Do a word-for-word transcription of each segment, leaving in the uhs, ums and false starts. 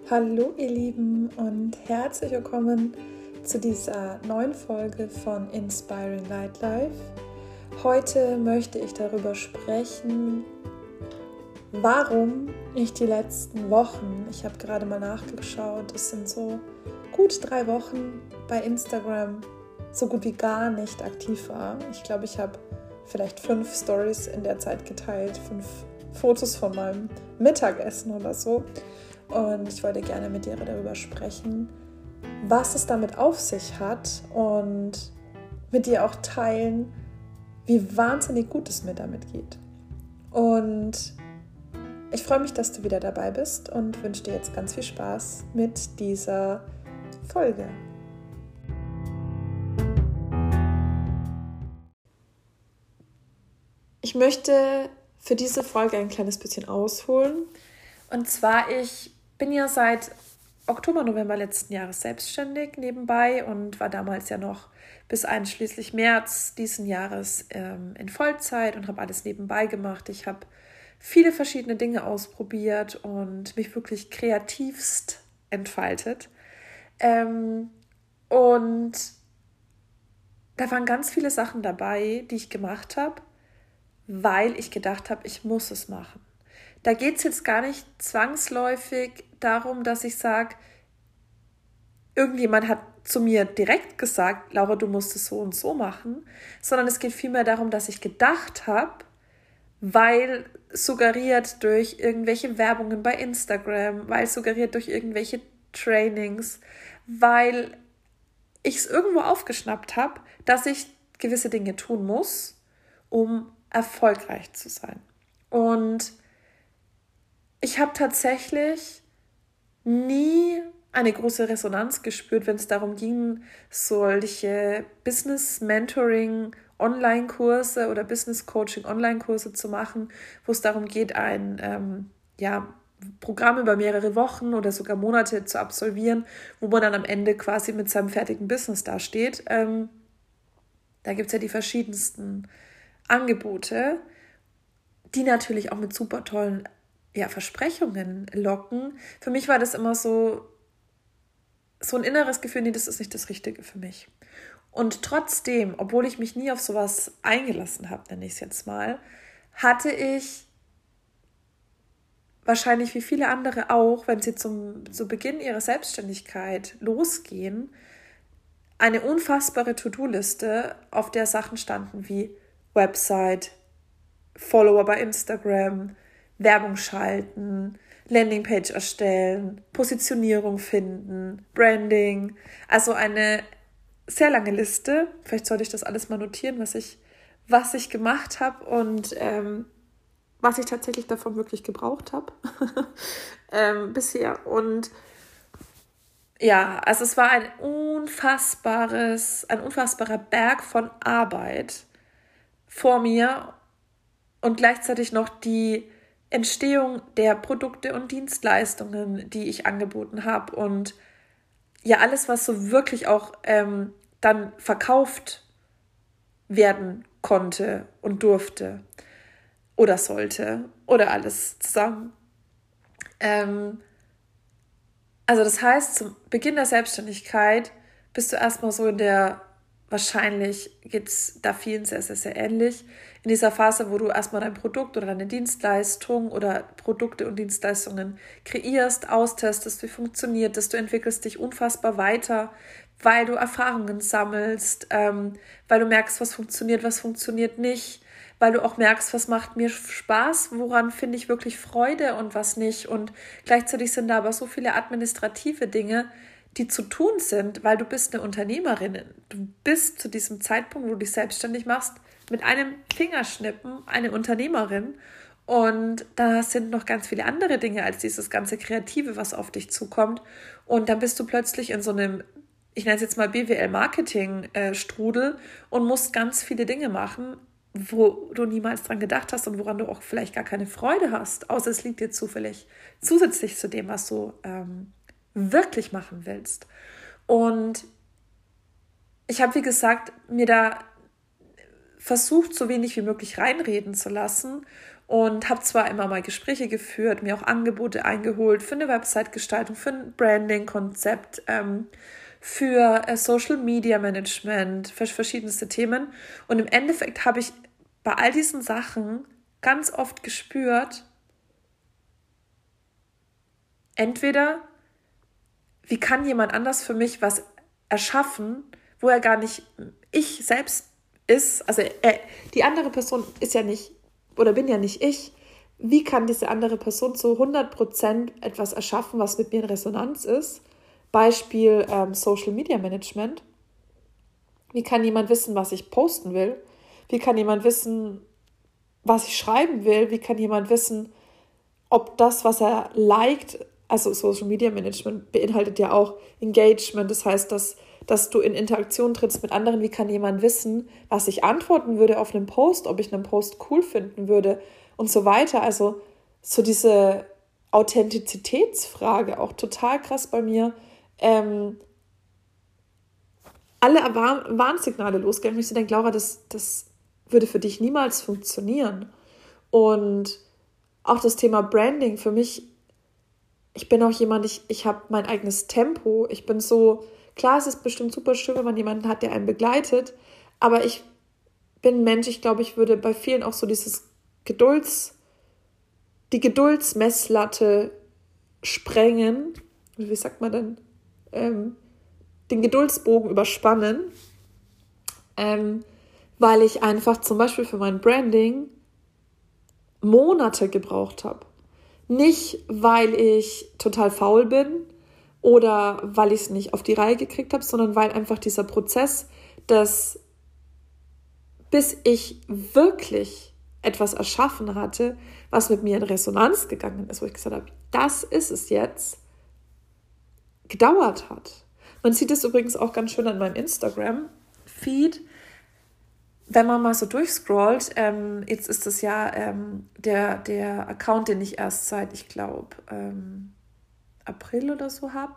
Hallo ihr Lieben und herzlich willkommen zu dieser neuen Folge von Inspiring Nightlife. Heute möchte ich darüber sprechen, warum ich die letzten Wochen, ich habe gerade mal nachgeschaut, es sind so gut drei Wochen bei Instagram so gut wie gar nicht aktiv war. Ich glaube, ich habe vielleicht fünf Stories in der Zeit geteilt, fünf Fotos von meinem Mittagessen oder so. Und ich wollte gerne mit dir darüber sprechen, was es damit auf sich hat und mit dir auch teilen, wie wahnsinnig gut es mir damit geht. Und ich freue mich, dass du wieder dabei bist und wünsche dir jetzt ganz viel Spaß mit dieser Folge. Ich möchte für diese Folge ein kleines bisschen ausholen. Und zwar, ich bin ja seit Oktober, November letzten Jahres selbstständig nebenbei und war damals ja noch bis einschließlich März diesen Jahres ähm, in Vollzeit und habe alles nebenbei gemacht. Ich habe viele verschiedene Dinge ausprobiert und mich wirklich kreativst entfaltet. Ähm, und da waren ganz viele Sachen dabei, die ich gemacht habe, weil ich gedacht habe, ich muss es machen. Da geht es jetzt gar nicht zwangsläufig darum, dass ich sage, irgendjemand hat zu mir direkt gesagt, Laura, du musst es so und so machen, sondern es geht vielmehr darum, dass ich gedacht habe, weil suggeriert durch irgendwelche Werbungen bei Instagram, weil suggeriert durch irgendwelche Trainings, weil ich es irgendwo aufgeschnappt habe, dass ich gewisse Dinge tun muss, um erfolgreich zu sein. Und ich habe tatsächlich nie eine große Resonanz gespürt, wenn es darum ging, solche Business-Mentoring-Online-Kurse oder Business-Coaching-Online-Kurse zu machen, wo es darum geht, ein ähm, ja, Programm über mehrere Wochen oder sogar Monate zu absolvieren, wo man dann am Ende quasi mit seinem fertigen Business dasteht. Ähm, da gibt es ja die verschiedensten Angebote, die natürlich auch mit super tollen ja, Versprechungen locken. Für mich war das immer so, so ein inneres Gefühl, nee, das ist nicht das Richtige für mich. Und trotzdem, obwohl ich mich nie auf sowas eingelassen habe, nenne ich es jetzt mal, hatte ich wahrscheinlich wie viele andere auch, wenn sie zum, zu Beginn ihrer Selbstständigkeit losgehen, eine unfassbare To-Do-Liste, auf der Sachen standen wie Website, Follower bei Instagram, Werbung schalten, Landingpage erstellen, Positionierung finden, Branding. Also eine sehr lange Liste. Vielleicht sollte ich das alles mal notieren, was ich, was ich gemacht habe und ähm, was ich tatsächlich davon wirklich gebraucht habe ähm, bisher. Und ja, also es war ein unfassbares, ein unfassbarer Berg von Arbeit vor mir und gleichzeitig noch die Entstehung der Produkte und Dienstleistungen, die ich angeboten habe und ja, alles, was so wirklich auch ähm, dann verkauft werden konnte und durfte oder sollte oder alles zusammen. Ähm, also das heißt, zum Beginn der Selbstständigkeit bist du erstmal so in der, wahrscheinlich geht es da vielen sehr, sehr, sehr ähnlich, in dieser Phase, wo du erstmal dein Produkt oder deine Dienstleistung oder Produkte und Dienstleistungen kreierst, austestest, wie funktioniert das, du entwickelst dich unfassbar weiter, weil du Erfahrungen sammelst, ähm, weil du merkst, was funktioniert, was funktioniert nicht, weil du auch merkst, was macht mir Spaß, woran finde ich wirklich Freude und was nicht. Und gleichzeitig sind da aber so viele administrative Dinge, die zu tun sind, weil du bist eine Unternehmerin. Du bist zu diesem Zeitpunkt, wo du dich selbstständig machst, mit einem Fingerschnippen eine Unternehmerin. Und da sind noch ganz viele andere Dinge als dieses ganze Kreative, was auf dich zukommt. Und dann bist du plötzlich in so einem, ich nenne es jetzt mal B W L-Marketing-Strudel und musst ganz viele Dinge machen, wo du niemals dran gedacht hast und woran du auch vielleicht gar keine Freude hast, außer es liegt dir zufällig zusätzlich zu dem, was du ähm, wirklich machen willst. Und ich habe, wie gesagt, mir da versucht, so wenig wie möglich reinreden zu lassen und habe zwar immer mal Gespräche geführt, mir auch Angebote eingeholt für eine Website-Gestaltung, für ein Branding-Konzept, ähm, für äh, Social-Media-Management, für verschiedenste Themen. Und im Endeffekt habe ich bei all diesen Sachen ganz oft gespürt, entweder, wie kann jemand anders für mich was erschaffen, wo er gar nicht ich selbst ist, also er, die andere Person ist ja nicht, oder bin ja nicht ich, wie kann diese andere Person zu hundert Prozent etwas erschaffen, was mit mir in Resonanz ist? Beispiel ähm, Social Media Management. Wie kann jemand wissen, was ich posten will? Wie kann jemand wissen, was ich schreiben will? Wie kann jemand wissen, ob das, was er liked, also Social Media Management beinhaltet ja auch Engagement, das heißt, dass, dass du in Interaktion trittst mit anderen. Wie kann jemand wissen, was ich antworten würde auf einen Post, ob ich einen Post cool finden würde und so weiter. Also so diese Authentizitätsfrage, auch total krass bei mir. Ähm, alle Warn- Warnsignale losgehen und ich so denke, Laura, das, das würde für dich niemals funktionieren. Und auch das Thema Branding für mich, ich bin auch jemand, ich, ich habe mein eigenes Tempo. Ich bin so, klar, es ist bestimmt super schön, wenn man jemanden hat, der einen begleitet, aber ich bin ein Mensch, ich glaube, ich würde bei vielen auch so dieses Gedulds, die Geduldsmesslatte sprengen, wie sagt man denn, ähm, den Geduldsbogen überspannen, ähm, weil ich einfach zum Beispiel für mein Branding Monate gebraucht habe. Nicht, weil ich total faul bin oder weil ich es nicht auf die Reihe gekriegt habe, sondern weil einfach dieser Prozess, dass bis ich wirklich etwas erschaffen hatte, was mit mir in Resonanz gegangen ist, wo ich gesagt habe, das ist es jetzt, gedauert hat. Man sieht es übrigens auch ganz schön an meinem Instagram-Feed, wenn man mal so durchscrollt. Ähm, jetzt ist das ja ähm, der, der Account, den ich erst seit, ich glaube, ähm, April oder so habe.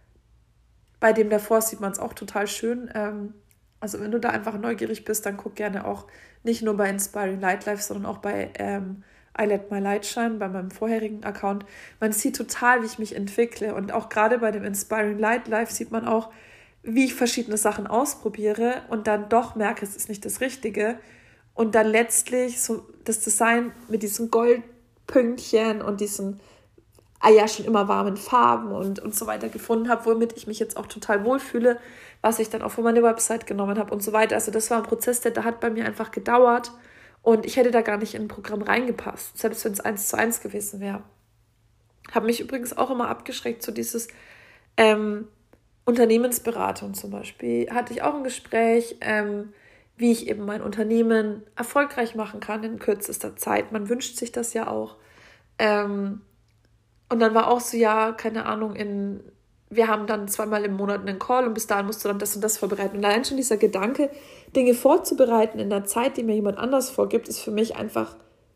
Bei dem davor sieht man es auch total schön. Ähm, also wenn du da einfach neugierig bist, dann guck gerne auch nicht nur bei Inspiring Light Life, sondern auch bei ähm, I Let My Light Shine, bei meinem vorherigen Account. Man sieht total, wie ich mich entwickle. Und auch gerade bei dem Inspiring Light Life sieht man auch, wie ich verschiedene Sachen ausprobiere und dann doch merke, es ist nicht das Richtige. Und dann letztlich so das Design mit diesen Goldpünktchen und diesen ah ja, schon immer warmen Farben und, und so weiter gefunden habe, womit ich mich jetzt auch total wohlfühle, was ich dann auch für meine Website genommen habe und so weiter. Also das war ein Prozess, der, der hat bei mir einfach gedauert und ich hätte da gar nicht in ein Programm reingepasst, selbst wenn es eins zu eins gewesen wäre. Habe mich übrigens auch immer abgeschreckt, so dieses ähm, Unternehmensberatung zum Beispiel. Hatte ich auch ein Gespräch, ähm, wie ich eben mein Unternehmen erfolgreich machen kann in kürzester Zeit. Man wünscht sich das ja auch. Ähm, Und dann war auch so, ja, keine Ahnung, in, wir haben dann zweimal im Monat einen Call und bis dahin musst du dann das und das vorbereiten. Und allein schon dieser Gedanke, Dinge vorzubereiten in der Zeit, die mir jemand anders vorgibt, ist für mich einfach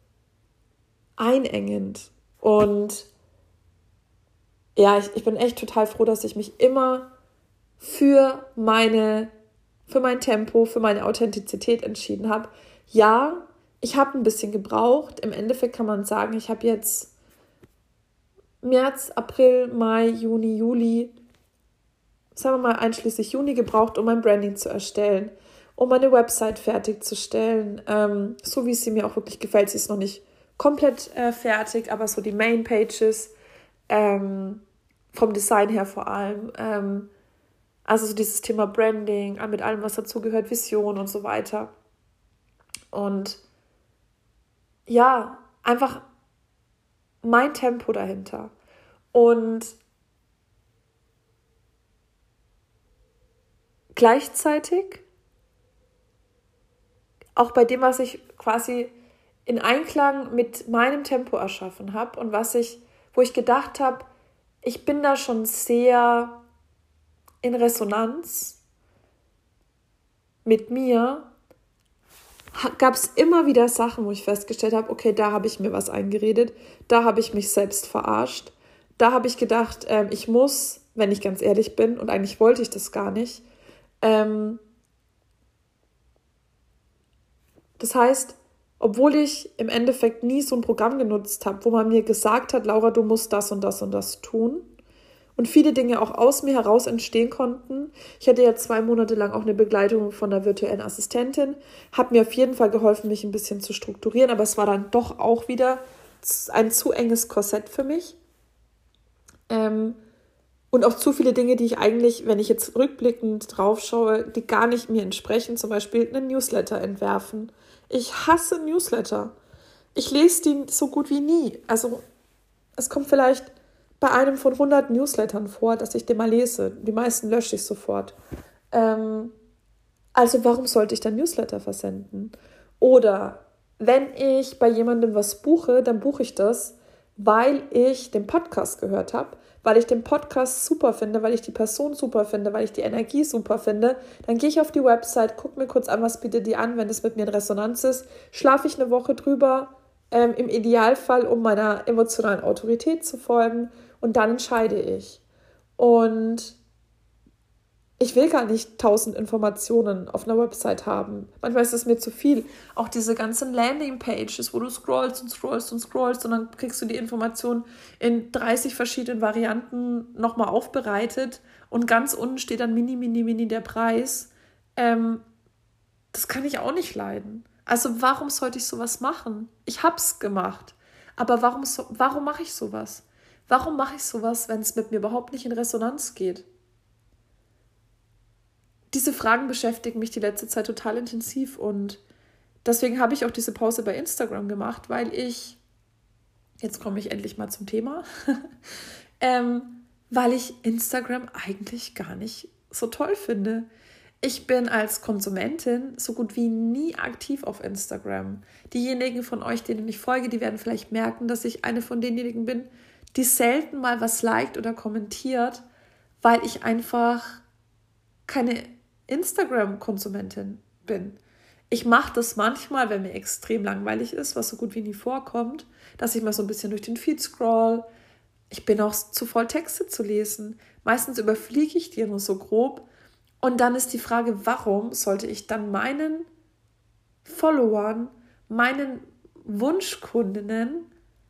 einengend. Und ja, ich, ich bin echt total froh, dass ich mich immer für meine, für mein Tempo, für meine Authentizität entschieden habe. Ja, ich habe ein bisschen gebraucht. Im Endeffekt kann man sagen, ich habe jetzt März, April, Mai, Juni, Juli, sagen wir mal einschließlich Juni gebraucht, um mein Branding zu erstellen, um meine Website fertigzustellen, ähm, so wie es sie mir auch wirklich gefällt. Sie ist noch nicht komplett äh, fertig, aber so die Main Pages, ähm, vom Design her vor allem, ähm, also so dieses Thema Branding, mit allem, was dazugehört, Vision und so weiter. Und ja, einfach mein Tempo dahinter. Und gleichzeitig auch bei dem, was ich quasi in Einklang mit meinem Tempo erschaffen habe und was ich, wo ich gedacht habe, ich bin da schon sehr in Resonanz mit mir, gab es immer wieder Sachen, wo ich festgestellt habe, okay, da habe ich mir was eingeredet, da habe ich mich selbst verarscht, da habe ich gedacht, ähm, ich muss, wenn ich ganz ehrlich bin, und eigentlich wollte ich das gar nicht, ähm, Das heißt, obwohl ich im Endeffekt nie so ein Programm genutzt habe, wo man mir gesagt hat, Laura, du musst das und das und das tun und viele Dinge auch aus mir heraus entstehen konnten. Ich hatte ja zwei Monate lang auch eine Begleitung von einer virtuellen Assistentin, hat mir auf jeden Fall geholfen, mich ein bisschen zu strukturieren, aber es war dann doch auch wieder ein zu enges Korsett für mich. Ähm, und auch zu viele Dinge, die ich eigentlich, wenn ich jetzt rückblickend drauf schaue, die gar nicht mir entsprechen, zum Beispiel einen Newsletter entwerfen. Ich hasse Newsletter. Ich lese die so gut wie nie. Also es kommt vielleicht bei einem von hundert Newslettern vor, dass ich den mal lese. Die meisten lösche ich sofort. Ähm, also warum sollte ich dann Newsletter versenden? Oder wenn ich bei jemandem was buche, dann buche ich das, weil ich den Podcast gehört habe, weil ich den Podcast super finde, weil ich die Person super finde, weil ich die Energie super finde. Dann gehe ich auf die Website, gucke mir kurz an, was bietet die an, wenn das mit mir in Resonanz ist, schlafe ich eine Woche drüber, ähm, im Idealfall, um meiner emotionalen Autorität zu folgen, und dann entscheide ich. Und ich will gar nicht tausend Informationen auf einer Website haben. Manchmal ist es mir zu viel. Auch diese ganzen Landing-Pages, wo du scrollst und scrollst und scrollst und dann kriegst du die Information in dreißig verschiedenen Varianten nochmal aufbereitet und ganz unten steht dann mini, mini, mini der Preis. Ähm, das kann ich auch nicht leiden. Also warum sollte ich sowas machen? Ich hab's gemacht. Aber warum, so, warum mache ich sowas? Warum mache ich sowas, wenn es mit mir überhaupt nicht in Resonanz geht? Diese Fragen beschäftigen mich die letzte Zeit total intensiv und deswegen habe ich auch diese Pause bei Instagram gemacht, weil ich, jetzt komme ich endlich mal zum Thema, ähm, weil ich Instagram eigentlich gar nicht so toll finde. Ich bin als Konsumentin so gut wie nie aktiv auf Instagram. Diejenigen von euch, denen ich folge, die werden vielleicht merken, dass ich eine von denjenigen bin, die selten mal was liked oder kommentiert, weil ich einfach keine Instagram-Konsumentin bin. Ich mache das manchmal, wenn mir extrem langweilig ist, was so gut wie nie vorkommt, dass ich mal so ein bisschen durch den Feed scroll. Ich bin auch zu voll, Texte zu lesen. Meistens überfliege ich die nur so grob. Und dann ist die Frage, warum sollte ich dann meinen Followern, meinen Wunschkundinnen,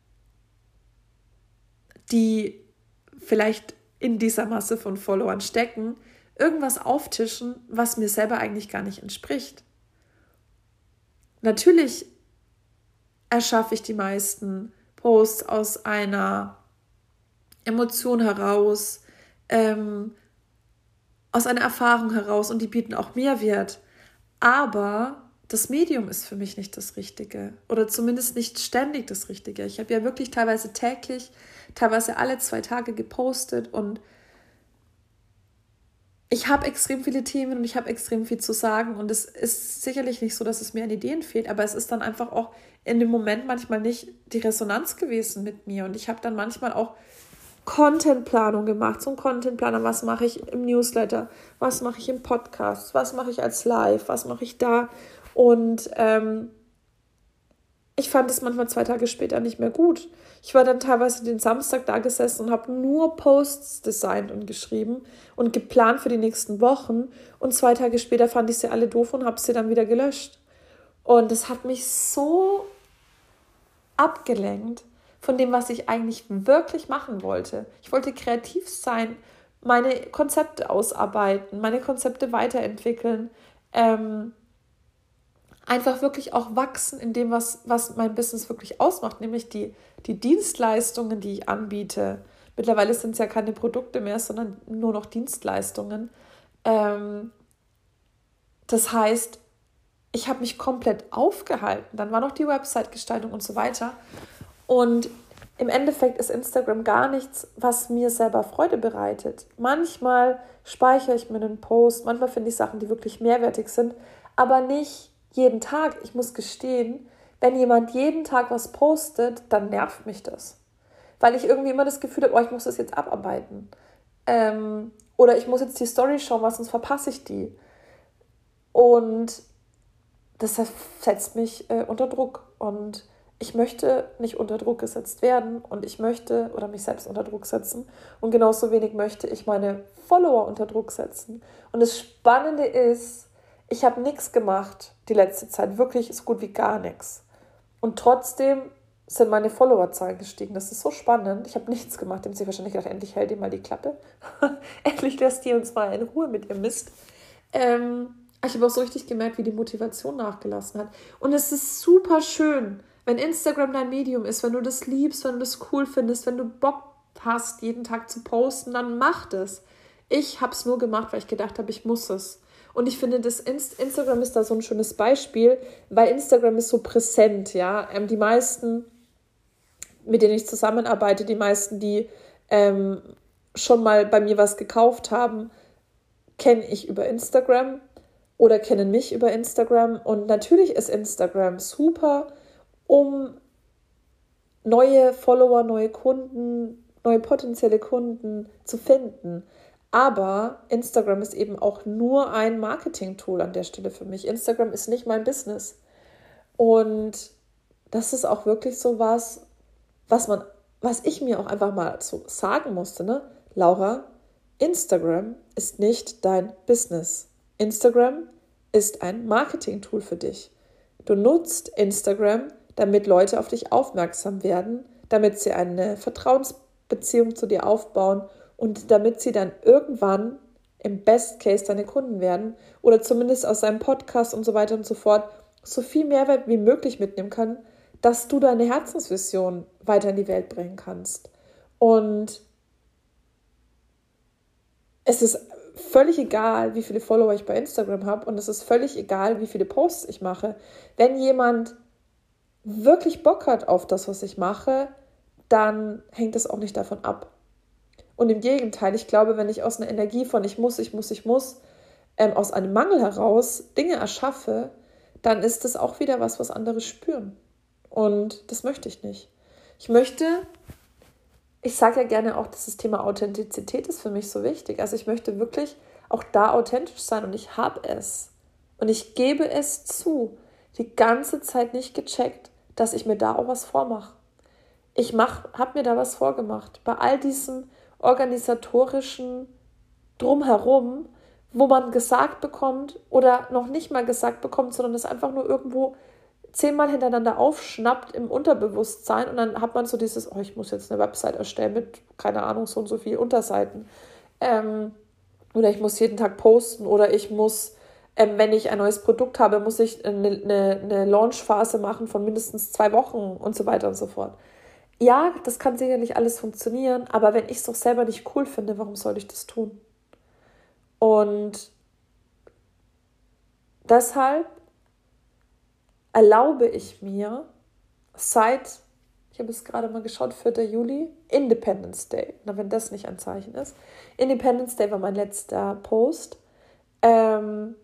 die vielleicht in dieser Masse von Followern stecken, irgendwas auftischen, was mir selber eigentlich gar nicht entspricht. Natürlich erschaffe ich die meisten Posts aus einer Emotion heraus, ähm, aus einer Erfahrung heraus und die bieten auch Mehrwert. Aber das Medium ist für mich nicht das Richtige oder zumindest nicht ständig das Richtige. Ich habe ja wirklich teilweise täglich, teilweise alle zwei Tage gepostet und ich habe extrem viele Themen und ich habe extrem viel zu sagen und es ist sicherlich nicht so, dass es mir an Ideen fehlt, aber es ist dann einfach auch in dem Moment manchmal nicht die Resonanz gewesen mit mir und ich habe dann manchmal auch Contentplanung gemacht, so ein Contentplaner, was mache ich im Newsletter, was mache ich im Podcast, was mache ich als Live, was mache ich da und ähm, ich fand es manchmal zwei Tage später nicht mehr gut. Ich war dann teilweise den Samstag da gesessen und habe nur Posts designt und geschrieben und geplant für die nächsten Wochen. Und zwei Tage später fand ich sie alle doof und habe sie dann wieder gelöscht. Und das hat mich so abgelenkt von dem, was ich eigentlich wirklich machen wollte. Ich wollte kreativ sein, meine Konzepte ausarbeiten, meine Konzepte weiterentwickeln, ähm, einfach wirklich auch wachsen in dem, was, was mein Business wirklich ausmacht, nämlich die, die Dienstleistungen, die ich anbiete. Mittlerweile sind es ja keine Produkte mehr, sondern nur noch Dienstleistungen. Ähm, das heißt, ich habe mich komplett aufgehalten. Dann war noch die Website-Gestaltung und so weiter. Und im Endeffekt ist Instagram gar nichts, was mir selber Freude bereitet. Manchmal speichere ich mir einen Post, manchmal finde ich Sachen, die wirklich mehrwertig sind, aber nicht jeden Tag. Ich muss gestehen, wenn jemand jeden Tag was postet, dann nervt mich das. Weil ich irgendwie immer das Gefühl habe, oh, ich muss das jetzt abarbeiten. Ähm, oder ich muss jetzt die Story schauen, weil sonst verpasse ich die. Und das setzt mich äh, unter Druck. Und ich möchte nicht unter Druck gesetzt werden und ich möchte oder mich selbst unter Druck setzen. Und genauso wenig möchte ich meine Follower unter Druck setzen. Und das Spannende ist, ich habe nichts gemacht die letzte Zeit, wirklich so gut wie gar nichts. Und trotzdem sind meine Followerzahlen gestiegen. Das ist so spannend. Ich habe nichts gemacht. Die haben sich wahrscheinlich gedacht, endlich hält ihr mal die Klappe. Endlich lässt ihr uns mal in Ruhe mit ihr Mist. Ähm, ich habe auch so richtig gemerkt, wie die Motivation nachgelassen hat. Und es ist super schön, wenn Instagram dein Medium ist, wenn du das liebst, wenn du das cool findest, wenn du Bock hast, jeden Tag zu posten, dann mach das. Ich habe es nur gemacht, weil ich gedacht habe, ich muss es. Und ich finde, das Inst- Instagram ist da so ein schönes Beispiel, weil Instagram ist so präsent, ja. Ähm, die meisten, mit denen ich zusammenarbeite, die meisten, die ähm, schon mal bei mir was gekauft haben, kenne ich über Instagram oder kennen mich über Instagram. Und natürlich ist Instagram super, um neue Follower, neue Kunden, neue potenzielle Kunden zu finden. Aber Instagram ist eben auch nur ein Marketing-Tool an der Stelle für mich. Instagram ist nicht mein Business. Und das ist auch wirklich so was, was man, was ich mir auch einfach mal so sagen musste, ne? Laura, Instagram ist nicht dein Business. Instagram ist ein Marketing-Tool für dich. Du nutzt Instagram, damit Leute auf dich aufmerksam werden, damit sie eine Vertrauensbeziehung zu dir aufbauen und damit sie dann irgendwann im Best Case deine Kunden werden oder zumindest aus seinem Podcast und so weiter und so fort so viel Mehrwert wie möglich mitnehmen kann, dass du deine Herzensvision weiter in die Welt bringen kannst. Und es ist völlig egal, wie viele Follower ich bei Instagram habe und es ist völlig egal, wie viele Posts ich mache. Wenn jemand wirklich Bock hat auf das, was ich mache, dann hängt es auch nicht davon ab. Und im Gegenteil, ich glaube, wenn ich aus einer Energie von ich muss, ich muss, ich muss, ähm, aus einem Mangel heraus Dinge erschaffe, dann ist das auch wieder was, was andere spüren. Und das möchte ich nicht. Ich möchte, ich sage ja gerne auch, dass das Thema Authentizität ist für mich so wichtig. Also ich möchte wirklich auch da authentisch sein und ich habe es. Und ich gebe es zu, die ganze Zeit nicht gecheckt, dass ich mir da auch was vormache. Ich habe mir da was vorgemacht. Bei all diesem organisatorischen Drumherum, wo man gesagt bekommt oder noch nicht mal gesagt bekommt, sondern es einfach nur irgendwo zehnmal hintereinander aufschnappt im Unterbewusstsein und dann hat man so dieses, oh, ich muss jetzt eine Website erstellen mit, keine Ahnung, so und so viel Unterseiten. Ähm, oder ich muss jeden Tag posten oder ich muss, ähm, wenn ich ein neues Produkt habe, muss ich eine, eine, eine Launchphase machen von mindestens zwei Wochen und so weiter und so fort. Ja, das kann sicherlich alles funktionieren, aber wenn ich es doch selber nicht cool finde, warum soll ich das tun? Und deshalb erlaube ich mir seit, ich habe es gerade mal geschaut, vierter Juli, Independence Day, na, wenn das nicht ein Zeichen ist. Independence Day war mein letzter Post. Ähm,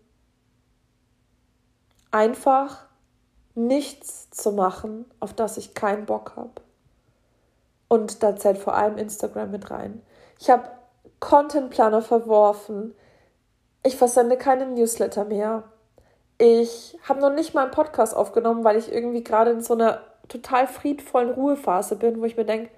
einfach nichts zu machen, auf das ich keinen Bock habe. Und da zählt vor allem Instagram mit rein. Ich habe Contentplaner verworfen. Ich versende keine Newsletter mehr. Ich habe noch nicht mal einen Podcast aufgenommen, weil ich irgendwie gerade in so einer total friedvollen Ruhephase bin, wo ich mir denke,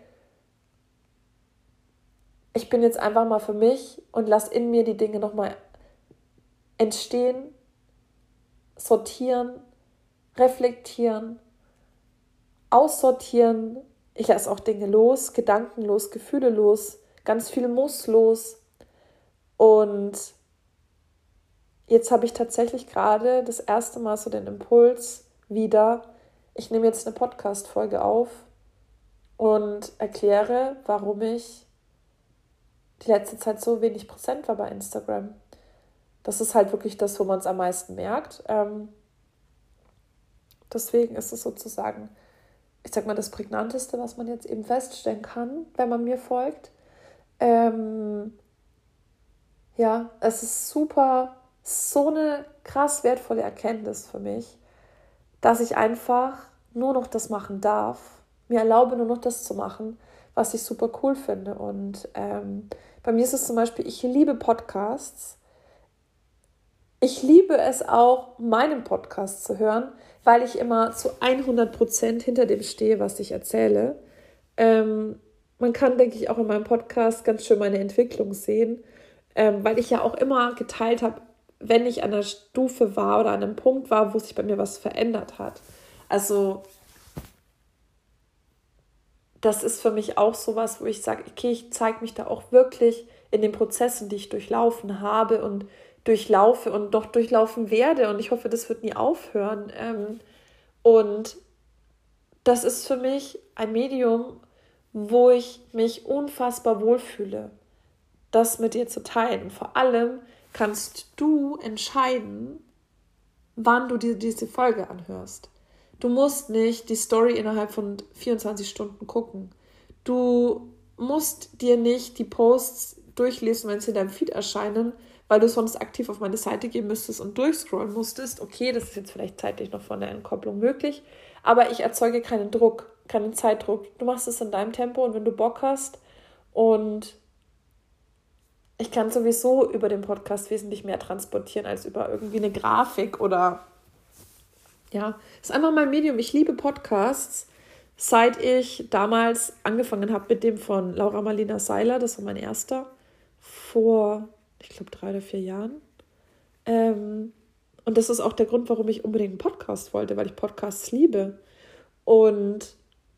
ich bin jetzt einfach mal für mich und lasse in mir die Dinge nochmal entstehen, sortieren, reflektieren, aussortieren. Ich lasse auch Dinge los, Gedanken los, Gefühle los, ganz viel Muss los. Und jetzt habe ich tatsächlich gerade das erste Mal so den Impuls wieder, ich nehme jetzt eine Podcast-Folge auf und erkläre, warum ich die letzte Zeit so wenig präsent war bei Instagram. Das ist halt wirklich das, wo man es am meisten merkt. Ähm, deswegen ist es sozusagen, ich sag mal, das Prägnanteste, was man jetzt eben feststellen kann, wenn man mir folgt. Ähm, ja, es ist super, so eine krass wertvolle Erkenntnis für mich, dass ich einfach nur noch das machen darf, mir erlaube nur noch das zu machen, was ich super cool finde. Und ähm, bei mir ist es zum Beispiel, ich liebe Podcasts. Ich liebe es auch, meinen Podcast zu hören, weil ich immer zu hundert Prozent hinter dem stehe, was ich erzähle. Ähm, man kann, denke ich, auch in meinem Podcast ganz schön meine Entwicklung sehen, ähm, weil ich ja auch immer geteilt habe, wenn ich an einer Stufe war oder an einem Punkt war, wo sich bei mir was verändert hat. Also das ist für mich auch sowas, wo ich sage, okay, ich zeige mich da auch wirklich in den Prozessen, die ich durchlaufen habe und durchlaufe und doch durchlaufen werde. Und ich hoffe, das wird nie aufhören. Und das ist für mich ein Medium, wo ich mich unfassbar wohlfühle, das mit dir zu teilen. Und vor allem kannst du entscheiden, wann du dir diese Folge anhörst. Du musst nicht die Story innerhalb von vierundzwanzig Stunden gucken. Du musst dir nicht die Posts durchlesen, wenn sie in deinem Feed erscheinen, weil du sonst aktiv auf meine Seite gehen müsstest und durchscrollen musstest. Okay, das ist jetzt vielleicht zeitlich noch von der Entkopplung möglich, aber ich erzeuge keinen Druck, keinen Zeitdruck. Du machst es in deinem Tempo und wenn du Bock hast. Und ich kann sowieso über den Podcast wesentlich mehr transportieren als über irgendwie eine Grafik oder ja, ist einfach mein Medium. Ich liebe Podcasts, seit ich damals angefangen habe mit dem von Laura Marlina Seiler, das war mein erster, vor, ich glaube, drei oder vier Jahren. Ähm, und das ist auch der Grund, warum ich unbedingt einen Podcast wollte, weil ich Podcasts liebe. Und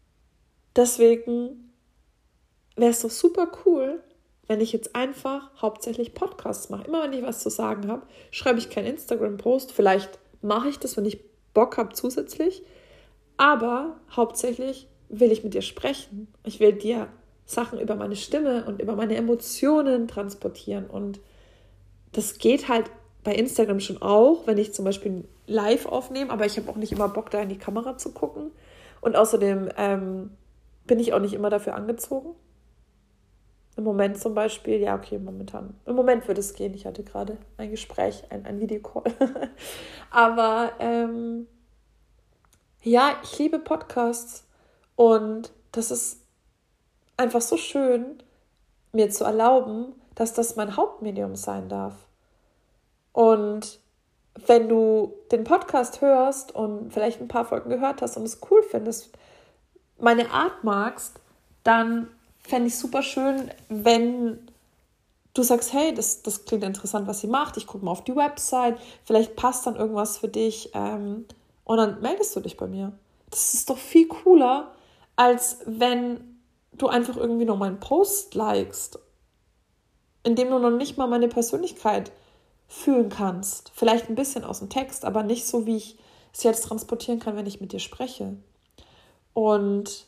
deswegen wäre es doch super cool, wenn ich jetzt einfach hauptsächlich Podcasts mache. Immer wenn ich was zu sagen habe, schreibe ich keinen Instagram-Post. Vielleicht mache ich das, wenn ich Bock habe zusätzlich. Aber hauptsächlich will ich mit dir sprechen. Ich will dir Sachen über meine Stimme und über meine Emotionen transportieren. Und das geht halt bei Instagram schon auch, wenn ich zum Beispiel live aufnehme, aber ich habe auch nicht immer Bock, da in die Kamera zu gucken. Und außerdem ähm, bin ich auch nicht immer dafür angezogen. Im Moment zum Beispiel, ja okay, momentan. Im Moment würde es gehen. Ich hatte gerade ein Gespräch, ein, ein Videocall. aber ähm, ja, ich liebe Podcasts und das ist einfach so schön, mir zu erlauben, dass das mein Hauptmedium sein darf. Und wenn du den Podcast hörst und vielleicht ein paar Folgen gehört hast und es cool findest, meine Art magst, dann fände ich es super schön, wenn du sagst, hey, das, das klingt interessant, was sie macht, ich gucke mal auf die Website, vielleicht passt dann irgendwas für dich ähm, und dann meldest du dich bei mir. Das ist doch viel cooler, als wenn du einfach irgendwie noch meinen Post likest, in dem du noch nicht mal meine Persönlichkeit fühlen kannst. Vielleicht ein bisschen aus dem Text, aber nicht so, wie ich es jetzt transportieren kann, wenn ich mit dir spreche. Und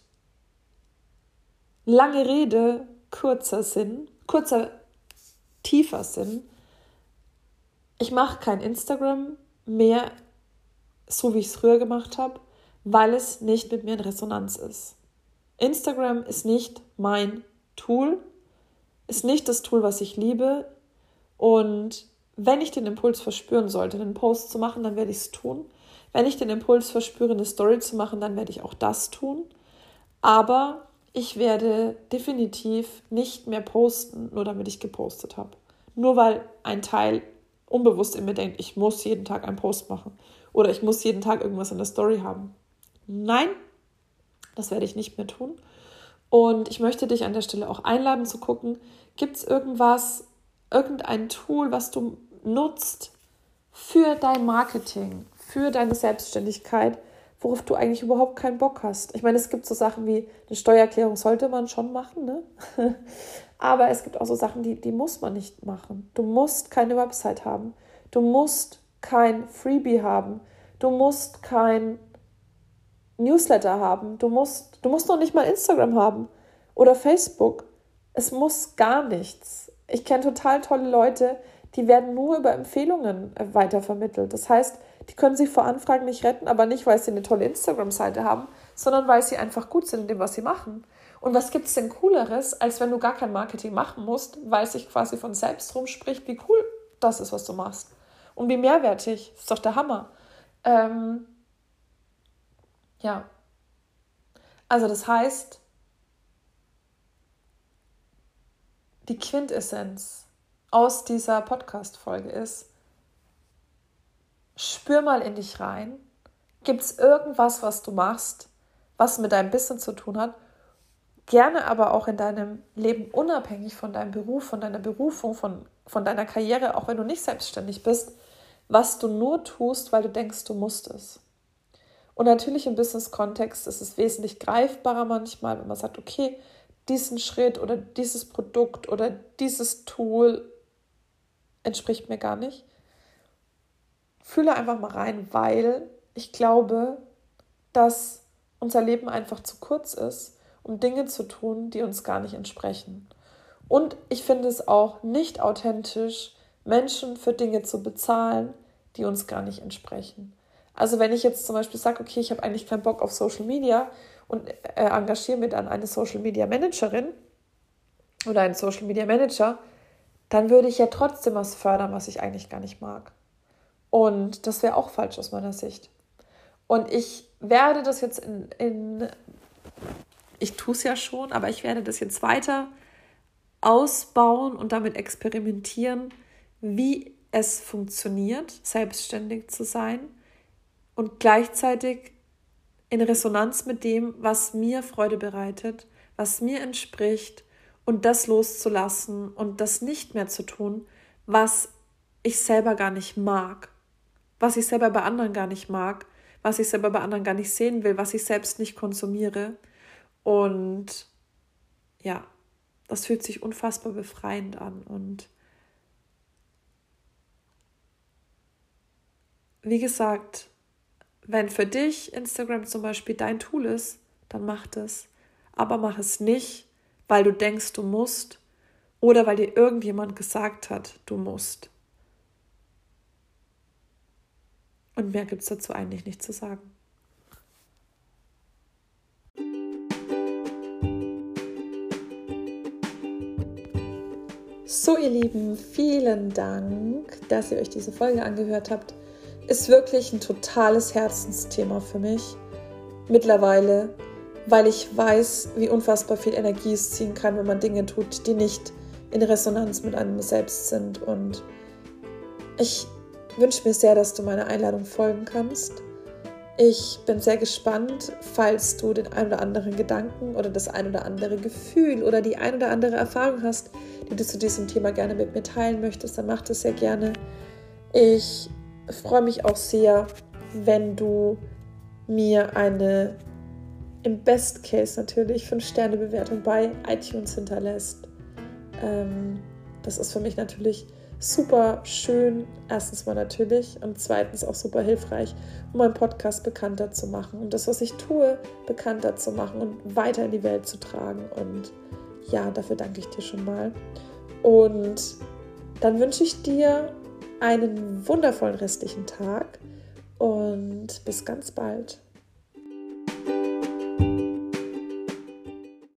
lange Rede, kurzer Sinn, kurzer, tiefer Sinn. Ich mache kein Instagram mehr, so wie ich es früher gemacht habe, weil es nicht mit mir in Resonanz ist. Instagram ist nicht mein Tool, ist nicht das Tool, was ich liebe. Und wenn ich den Impuls verspüren sollte, einen Post zu machen, dann werde ich es tun. Wenn ich den Impuls verspüre, eine Story zu machen, dann werde ich auch das tun. Aber ich werde definitiv nicht mehr posten, nur damit ich gepostet habe. Nur weil ein Teil unbewusst in mir denkt, ich muss jeden Tag einen Post machen oder ich muss jeden Tag irgendwas in der Story haben. Nein, das werde ich nicht mehr tun. Und ich möchte dich an der Stelle auch einladen zu gucken, gibt es irgendwas, irgendein Tool, was du nutzt für dein Marketing, für deine Selbstständigkeit, worauf du eigentlich überhaupt keinen Bock hast. Ich meine, es gibt so Sachen wie eine Steuererklärung sollte man schon machen, ne? Aber es gibt auch so Sachen, die, die muss man nicht machen. Du musst keine Website haben. Du musst kein Freebie haben. Du musst kein Newsletter haben. Du musst, du musst noch nicht mal Instagram haben oder Facebook. Es muss gar nichts. Ich kenne total tolle Leute, die werden nur über Empfehlungen weitervermittelt. Das heißt, die können sich vor Anfragen nicht retten, aber nicht, weil sie eine tolle Instagram-Seite haben, sondern weil sie einfach gut sind in dem, was sie machen. Und was gibt es denn Cooleres, als wenn du gar kein Marketing machen musst, weil es sich quasi von selbst rumspricht, wie cool das ist, was du machst. Und wie mehrwertig. Das ist doch der Hammer. Ähm, ja. Also das heißt, die Quintessenz aus dieser Podcast-Folge ist, spür mal in dich rein. Gibt es irgendwas, was du machst, was mit deinem Business zu tun hat? Gerne aber auch in deinem Leben unabhängig von deinem Beruf, von deiner Berufung, von, von deiner Karriere, auch wenn du nicht selbstständig bist. was du nur tust, weil du denkst, du musst es. Und natürlich im Business-Kontext ist es wesentlich greifbarer manchmal, wenn man sagt, okay, diesen Schritt oder dieses Produkt oder dieses Tool entspricht mir gar nicht. Fühle einfach mal rein, weil ich glaube, dass unser Leben einfach zu kurz ist, um Dinge zu tun, die uns gar nicht entsprechen. Und ich finde es auch nicht authentisch, Menschen für Dinge zu bezahlen, die uns gar nicht entsprechen. Also wenn ich jetzt zum Beispiel sage, okay, ich habe eigentlich keinen Bock auf Social Media und äh, engagiere mir dann eine Social Media Managerin oder einen Social Media Manager, dann würde ich ja trotzdem was fördern, was ich eigentlich gar nicht mag. Und das wäre auch falsch aus meiner Sicht. Und ich werde das jetzt in, in ich tue es ja schon, aber ich werde das jetzt weiter ausbauen und damit experimentieren, wie es funktioniert, selbstständig zu sein und gleichzeitig in Resonanz mit dem, was mir Freude bereitet, was mir entspricht und das loszulassen und das nicht mehr zu tun, was ich selber gar nicht mag, was ich selber bei anderen gar nicht mag, was ich selber bei anderen gar nicht sehen will, was ich selbst nicht konsumiere. Und ja, das fühlt sich unfassbar befreiend an. Und wie gesagt, wenn für dich Instagram zum Beispiel dein Tool ist, dann mach das. Aber mach es nicht, weil du denkst, du musst oder weil dir irgendjemand gesagt hat, du musst. Und mehr gibt es dazu eigentlich nicht zu sagen. So, ihr Lieben, vielen Dank, dass ihr euch diese Folge angehört habt. Ist wirklich ein totales Herzensthema für mich mittlerweile, weil ich weiß, wie unfassbar viel Energie es ziehen kann, wenn man Dinge tut, die nicht in Resonanz mit einem selbst sind. Und ich wünsche mir sehr, dass du meiner Einladung folgen kannst. Ich bin sehr gespannt, falls du den ein oder anderen Gedanken oder das ein oder andere Gefühl oder die ein oder andere Erfahrung hast, die du zu diesem Thema gerne mit mir teilen möchtest, dann mach das sehr gerne. Ich freue mich auch sehr, wenn du mir eine, im Best Case natürlich, fünf Sterne Bewertung bei iTunes hinterlässt. Ähm, das ist für mich natürlich super schön, erstens mal natürlich und zweitens auch super hilfreich, um meinen Podcast bekannter zu machen und das, was ich tue, bekannter zu machen und weiter in die Welt zu tragen. Und ja, dafür danke ich dir schon mal. Und dann wünsche ich dir einen wundervollen restlichen Tag und bis ganz bald.